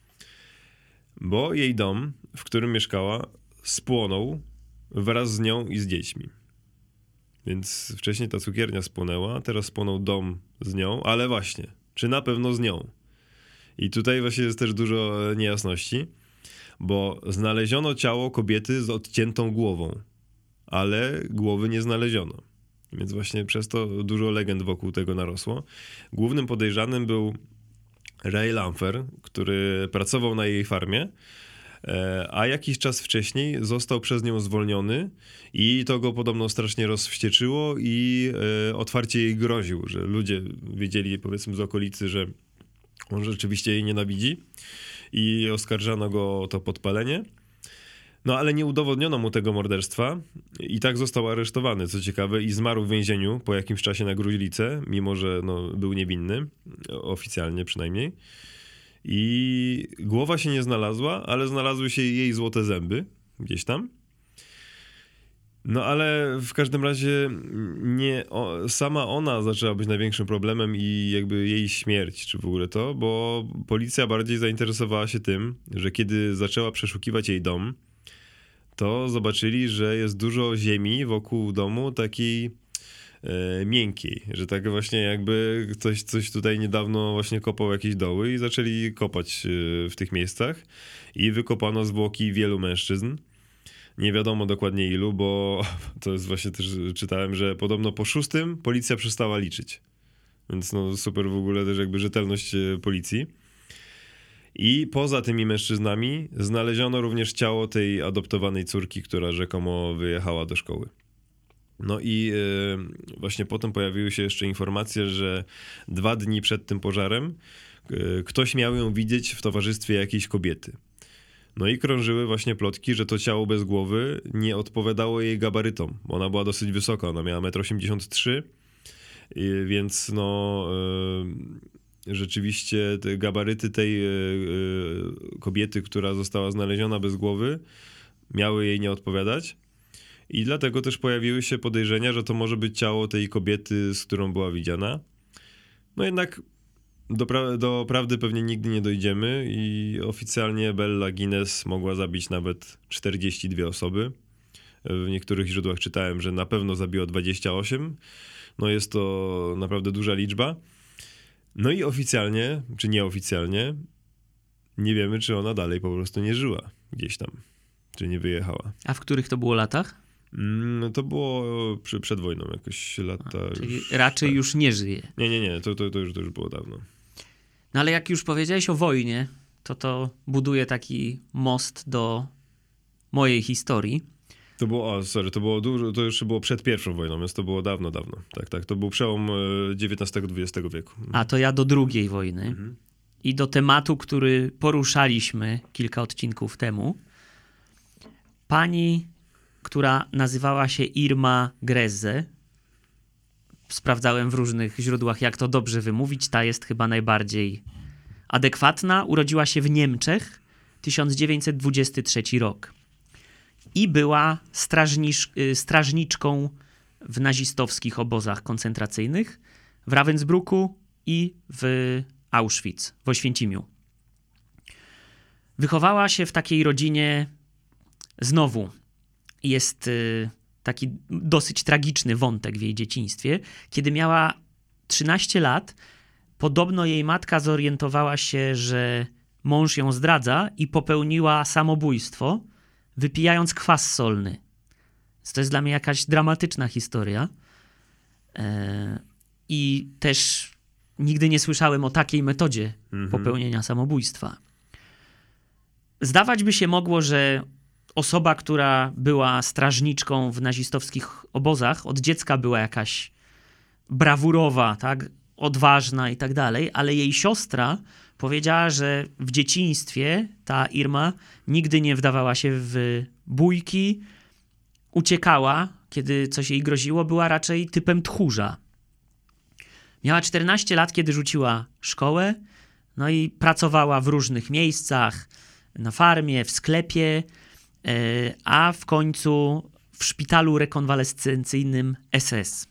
[SPEAKER 1] bo jej dom, w którym mieszkała, spłonął wraz z nią i z dziećmi. Więc wcześniej ta cukiernia spłonęła, teraz spłonął dom z nią, ale właśnie, czy na pewno z nią? I tutaj właśnie jest też dużo niejasności, bo znaleziono ciało kobiety z odciętą głową, ale głowy nie znaleziono. Więc właśnie przez to dużo legend wokół tego narosło. Głównym podejrzanym był Ray Lampher, który pracował na jej farmie, a jakiś czas wcześniej został przez nią zwolniony i to go podobno strasznie rozwścieczyło i otwarcie jej groził, że ludzie wiedzieli, powiedzmy, z okolicy, że on rzeczywiście jej nienawidzi i oskarżano go o to podpalenie. No ale nie udowodniono mu tego morderstwa i tak został aresztowany, co ciekawe, i zmarł w więzieniu po jakimś czasie na gruźlicę, mimo że no, był niewinny, oficjalnie przynajmniej. I głowa się nie znalazła, ale znalazły się jej złote zęby gdzieś tam. No ale w każdym razie nie, o, sama ona zaczęła być największym problemem i jakby jej śmierć, czy w ogóle to, bo policja bardziej zainteresowała się tym, że kiedy zaczęła przeszukiwać jej dom, to zobaczyli, że jest dużo ziemi wokół domu takiej e, miękkiej, że tak właśnie jakby ktoś coś tutaj niedawno właśnie kopał jakieś doły i zaczęli kopać e, w tych miejscach i wykopano zwłoki wielu mężczyzn. Nie wiadomo dokładnie ilu, bo to jest właśnie też, czytałem, że podobno po szóstym policja przestała liczyć. Więc no super w ogóle też jakby rzetelność e, policji. I poza tymi mężczyznami znaleziono również ciało tej adoptowanej córki, która rzekomo wyjechała do szkoły. No i yy, właśnie potem pojawiły się jeszcze informacje, że dwa dni przed tym pożarem yy, ktoś miał ją widzieć w towarzystwie jakiejś kobiety. No i krążyły właśnie plotki, że to ciało bez głowy nie odpowiadało jej gabarytom. Ona była dosyć wysoka, ona miała metr osiemdziesiąt trzy, yy, więc no... Yy, rzeczywiście te gabaryty tej y, y, kobiety, która została znaleziona bez głowy, miały jej nie odpowiadać. I dlatego też pojawiły się podejrzenia, że to może być ciało tej kobiety, z którą była widziana. No jednak do, pra- do prawdy pewnie nigdy nie dojdziemy i oficjalnie Bella Guinness mogła zabić nawet czterdzieści dwie osoby. W niektórych źródłach czytałem, że na pewno zabiła dwadzieścia osiem. No jest to naprawdę duża liczba. No i oficjalnie, czy nieoficjalnie, nie wiemy, czy ona dalej po prostu nie żyła gdzieś tam, czy nie wyjechała.
[SPEAKER 2] A w których to było latach?
[SPEAKER 1] Mm, to było przy, przed wojną, jakoś lata.
[SPEAKER 2] A, czyli
[SPEAKER 1] już,
[SPEAKER 2] raczej
[SPEAKER 1] tak.
[SPEAKER 2] już nie żyje.
[SPEAKER 1] Nie, nie, nie, to, to, to, już, to już było dawno.
[SPEAKER 2] No ale jak już powiedziałeś o wojnie, to to buduje taki most do mojej historii.
[SPEAKER 1] To było, o, sorry, to było dużo, to już było przed pierwszą wojną, więc to było dawno, dawno. Tak, tak, to był przełom dziewiętnastego dwudziestego wieku.
[SPEAKER 2] A to ja do drugiej wojny mhm. i do tematu, który poruszaliśmy kilka odcinków temu. Pani, która nazywała się Irma Greze, sprawdzałem w różnych źródłach, jak to dobrze wymówić, ta jest chyba najbardziej adekwatna. Urodziła się w Niemczech, tysiąc dziewięćset dwudziesty trzeci rok. I była strażnicz, strażniczką w nazistowskich obozach koncentracyjnych w Ravensbrücku i w Auschwitz, w Oświęcimiu. Wychowała się w takiej rodzinie Znowu jest y, taki dosyć tragiczny wątek w jej dzieciństwie. Kiedy miała trzynaście lat, podobno jej matka zorientowała się, że mąż ją zdradza i popełniła samobójstwo, wypijając kwas solny. To jest dla mnie jakaś dramatyczna historia. E, I też nigdy nie słyszałem o takiej metodzie mhm. popełnienia samobójstwa. Zdawać by się mogło, że osoba, która była strażniczką w nazistowskich obozach, od dziecka była jakaś brawurowa, tak, odważna i tak dalej, ale jej siostra powiedziała, że w dzieciństwie ta Irma nigdy nie wdawała się w bójki, uciekała, kiedy coś jej groziło, była raczej typem tchórza. Miała czternaście lat, kiedy rzuciła szkołę, no i pracowała w różnych miejscach, na farmie, w sklepie, a w końcu w szpitalu rekonwalescencyjnym S S.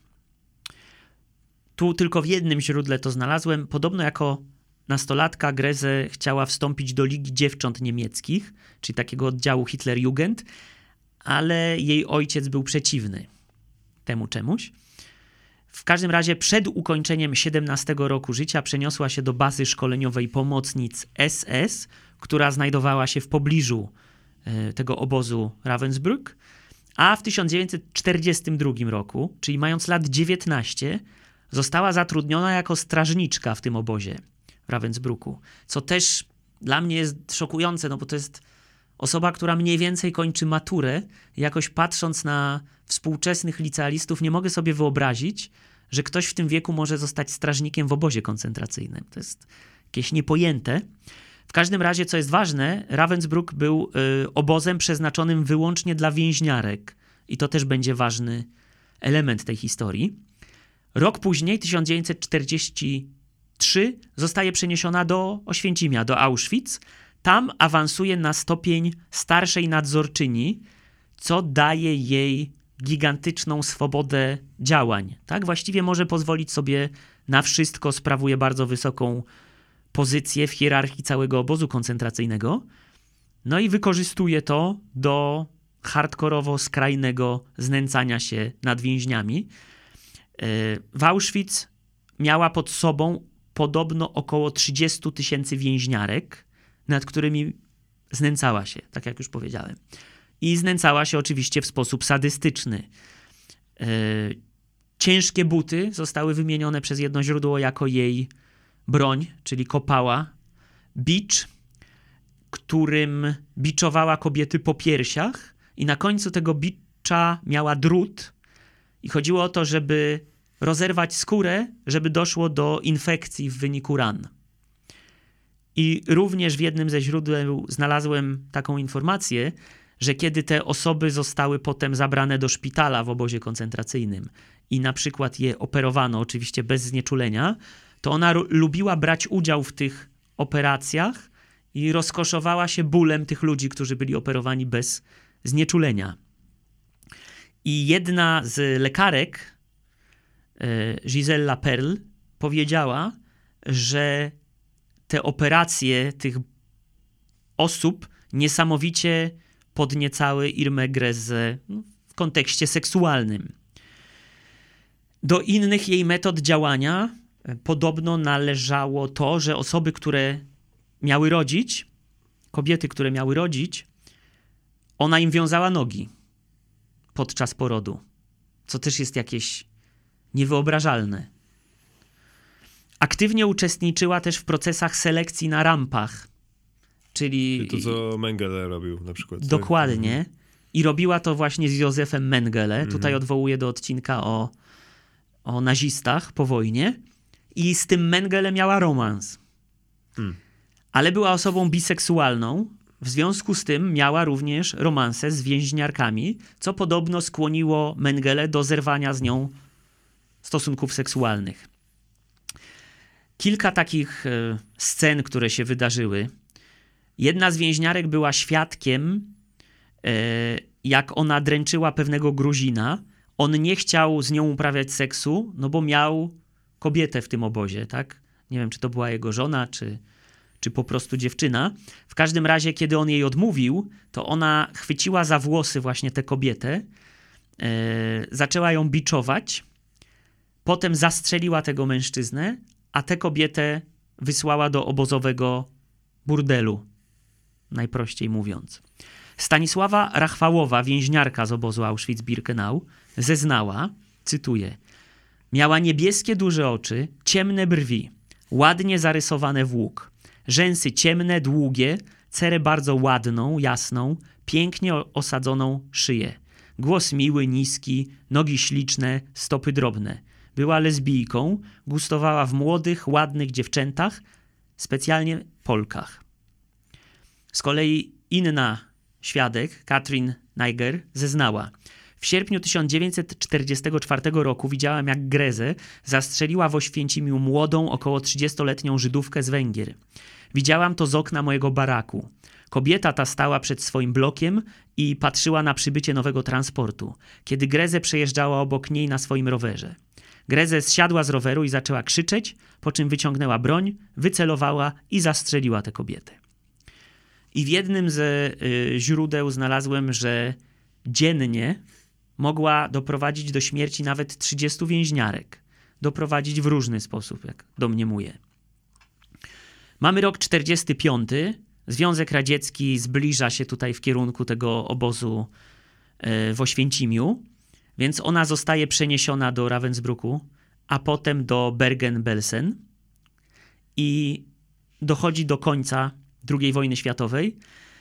[SPEAKER 2] Tu tylko w jednym źródle to znalazłem. Podobno jako nastolatka Greze chciała wstąpić do Ligi Dziewcząt Niemieckich, czyli takiego oddziału Hitlerjugend, ale jej ojciec był przeciwny temu czemuś. W każdym razie przed ukończeniem siedemnastego roku życia przeniosła się do bazy szkoleniowej pomocnic S S, która znajdowała się w pobliżu tego obozu Ravensbrück, a w tysiąc dziewięćset czterdziestym drugim roku, czyli mając lat dziewiętnaście, została zatrudniona jako strażniczka w tym obozie w Ravensbrücku, co też dla mnie jest szokujące, no bo to jest osoba, która mniej więcej kończy maturę. Jakoś patrząc na współczesnych licealistów nie mogę sobie wyobrazić, że ktoś w tym wieku może zostać strażnikiem w obozie koncentracyjnym. To jest jakieś niepojęte. W każdym razie, co jest ważne, Ravensbrück był y, obozem przeznaczonym wyłącznie dla więźniarek. I to też będzie ważny element tej historii. Rok później, tysiąc dziewięćset czterdziesty trzeci, zostaje przeniesiona do Oświęcimia, do Auschwitz. Tam awansuje na stopień starszej nadzorczyni, co daje jej gigantyczną swobodę działań. Tak? Właściwie może pozwolić sobie na wszystko, sprawuje bardzo wysoką pozycję w hierarchii całego obozu koncentracyjnego. No i wykorzystuje to do hardkorowo skrajnego znęcania się nad więźniami. W Auschwitz miała pod sobą podobno około trzydzieści tysięcy więźniarek, nad którymi znęcała się, tak jak już powiedziałem. I znęcała się oczywiście w sposób sadystyczny. Ciężkie buty zostały wymienione przez jedno źródło jako jej broń, czyli kopała, bicz, którym biczowała kobiety po piersiach i na końcu tego bicza miała drut i chodziło o to, żeby rozerwać skórę, żeby doszło do infekcji w wyniku ran. I również w jednym ze źródeł znalazłem taką informację, że kiedy te osoby zostały potem zabrane do szpitala w obozie koncentracyjnym i na przykład je operowano, oczywiście bez znieczulenia, to ona ro- lubiła brać udział w tych operacjach i rozkoszowała się bólem tych ludzi, którzy byli operowani bez znieczulenia. I jedna z lekarek, e, Gisela Perl, powiedziała, że te operacje tych osób niesamowicie podniecały Irmę Grezę w kontekście seksualnym. Do innych jej metod działania podobno należało to, że osoby, które miały rodzić, kobiety, które miały rodzić, ona im wiązała nogi podczas porodu, co też jest jakieś niewyobrażalne. Aktywnie uczestniczyła też w procesach selekcji na rampach, czyli...
[SPEAKER 1] I to, co Mengele robił na przykład.
[SPEAKER 2] Dokładnie.
[SPEAKER 1] Tak?
[SPEAKER 2] I robiła to właśnie z Józefem Mengele. Mhm. Tutaj odwołuję do odcinka o, o nazistach po wojnie. I z tym Mengele miała romans. Hmm. Ale była osobą biseksualną. W związku z tym miała również romanse z więźniarkami, co podobno skłoniło Mengele do zerwania z nią stosunków seksualnych. Kilka takich e, scen, które się wydarzyły. Jedna z więźniarek była świadkiem, e, jak ona dręczyła pewnego Gruzina. On nie chciał z nią uprawiać seksu, no bo miał kobietę w tym obozie, tak? Nie wiem, czy to była jego żona, czy, czy po prostu dziewczyna. W każdym razie, kiedy on jej odmówił, to ona chwyciła za włosy właśnie tę kobietę, yy, zaczęła ją biczować, potem zastrzeliła tego mężczyznę, a tę kobietę wysłała do obozowego burdelu, najprościej mówiąc. Stanisława Rachwałowa, więźniarka z obozu Auschwitz-Birkenau, zeznała, cytuję: miała niebieskie duże oczy, ciemne brwi, ładnie zarysowane w łuk, rzęsy ciemne, długie, cerę bardzo ładną, jasną, pięknie osadzoną szyję. Głos miły, niski, nogi śliczne, stopy drobne. Była lesbijką, gustowała w młodych, ładnych dziewczętach, specjalnie Polkach. Z kolei inna świadek, Katrin Niger, zeznała: w sierpniu tysiąc dziewięćset czterdziestego czwartego roku widziałam, jak Grezę zastrzeliła w Oświęcimiu młodą, około trzydziestoletnią Żydówkę z Węgier. Widziałam to z okna mojego baraku. Kobieta ta stała przed swoim blokiem i patrzyła na przybycie nowego transportu, kiedy Grezę przejeżdżała obok niej na swoim rowerze. Grezę zsiadła z roweru i zaczęła krzyczeć, po czym wyciągnęła broń, wycelowała i zastrzeliła tę kobietę. I w jednym ze y, źródeł znalazłem, że dziennie mogła doprowadzić do śmierci nawet trzydziestu więźniarek. Doprowadzić w różny sposób, jak domniemuję. Mamy rok czterdziesty piąty. Związek Radziecki zbliża się tutaj w kierunku tego obozu y, w Oświęcimiu, więc ona zostaje przeniesiona do Ravensbrücku, a potem do Bergen-Belsen i dochodzi do końca drugiej wojny światowej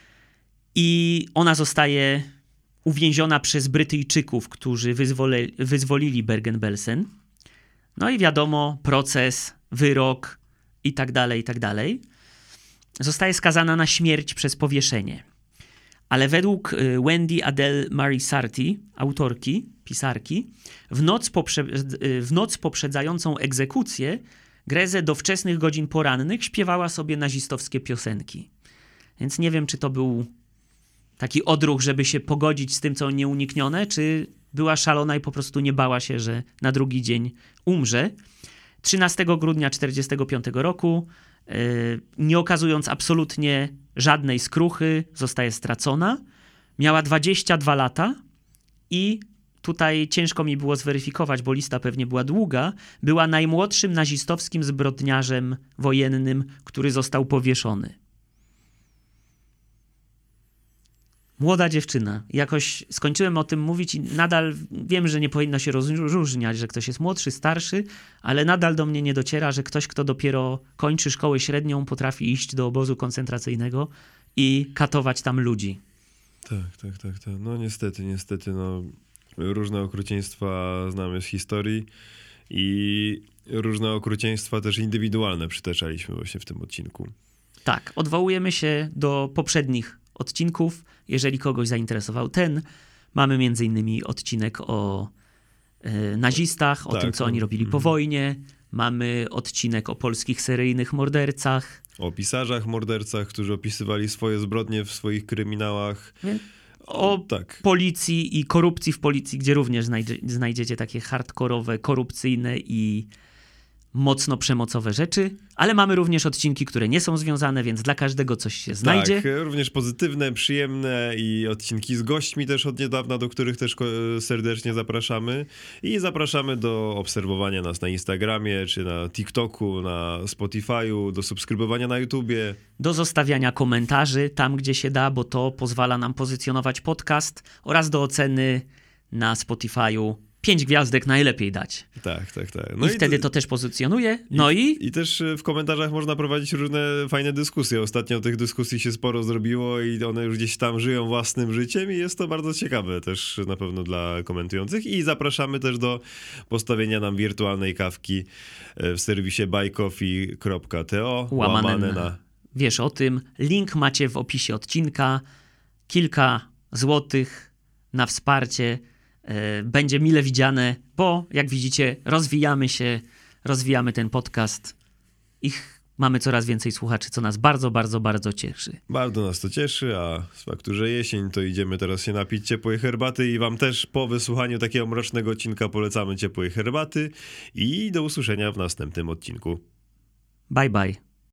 [SPEAKER 2] i ona zostaje uwięziona przez Brytyjczyków, którzy wyzwole, wyzwolili Bergen-Belsen. No i wiadomo, proces, wyrok i tak dalej, i tak dalej. Zostaje skazana na śmierć przez powieszenie. Ale według Wendy Adele Marie Sarti, autorki, pisarki, w noc, poprze w noc poprzedzającą egzekucję Grezę do wczesnych godzin porannych śpiewała sobie nazistowskie piosenki. Więc nie wiem, czy to był taki odruch, żeby się pogodzić z tym, co nieuniknione, czy była szalona i po prostu nie bała się, że na drugi dzień umrze. trzynastego grudnia tysiąc dziewięćset czterdziestego piątego roku, yy, nie okazując absolutnie żadnej skruchy, zostaje stracona. Miała dwadzieścia dwa lata i tutaj ciężko mi było zweryfikować, bo lista pewnie była długa, była najmłodszym nazistowskim zbrodniarzem wojennym, który został powieszony. Młoda dziewczyna. Jakoś skończyłem o tym mówić i nadal wiem, że nie powinno się rozróżniać, że ktoś jest młodszy, starszy, ale nadal do mnie nie dociera, że ktoś, kto dopiero kończy szkołę średnią, potrafi iść do obozu koncentracyjnego i katować tam ludzi.
[SPEAKER 1] Tak, tak, tak, tak. No niestety, niestety, no różne okrucieństwa znamy z historii i różne okrucieństwa też indywidualne przytaczaliśmy właśnie w tym odcinku. Tak,
[SPEAKER 2] odwołujemy się do poprzednich odcinków. Jeżeli kogoś zainteresował ten, mamy między innymi odcinek o e, nazistach, o tak, tym, co oni robili mm. po wojnie. Mamy odcinek o polskich seryjnych mordercach.
[SPEAKER 1] O pisarzach mordercach, którzy opisywali swoje zbrodnie w swoich kryminałach.
[SPEAKER 2] O tak. policji i korupcji w policji, gdzie również znajdzie, znajdziecie takie hardkorowe, korupcyjne i mocno przemocowe rzeczy, ale mamy również odcinki, które nie są związane, więc dla każdego coś się znajdzie.
[SPEAKER 1] Tak, również pozytywne, przyjemne i odcinki z gośćmi też od niedawna, do których też serdecznie zapraszamy. I zapraszamy do obserwowania nas na Instagramie, czy na TikToku, na Spotify'u, do subskrybowania na YouTubie.
[SPEAKER 2] Do zostawiania komentarzy tam, gdzie się da, bo to pozwala nam pozycjonować podcast, oraz do oceny na Spotify'u. Pięć gwiazdek najlepiej dać.
[SPEAKER 1] Tak, tak, tak. No
[SPEAKER 2] I, i wtedy to, to też pozycjonuje. No i,
[SPEAKER 1] i... I też w komentarzach można prowadzić różne fajne dyskusje. Ostatnio tych dyskusji się sporo zrobiło i one już gdzieś tam żyją własnym życiem i jest to bardzo ciekawe też na pewno dla komentujących. I zapraszamy też do postawienia nam wirtualnej kawki w serwisie buycoffee kropka to
[SPEAKER 2] łamane, łamane na... Wiesz o tym. Link macie w opisie odcinka. Kilka złotych na wsparcie będzie mile widziane, bo jak widzicie, rozwijamy się, rozwijamy ten podcast. Ich mamy coraz więcej słuchaczy, co nas bardzo, bardzo, bardzo cieszy.
[SPEAKER 1] Bardzo nas to cieszy, a z faktu, że jesień, to idziemy teraz się napić ciepłej herbaty i wam też po wysłuchaniu takiego mrocznego odcinka polecamy ciepłej herbaty i do usłyszenia w następnym odcinku.
[SPEAKER 2] Bye, bye.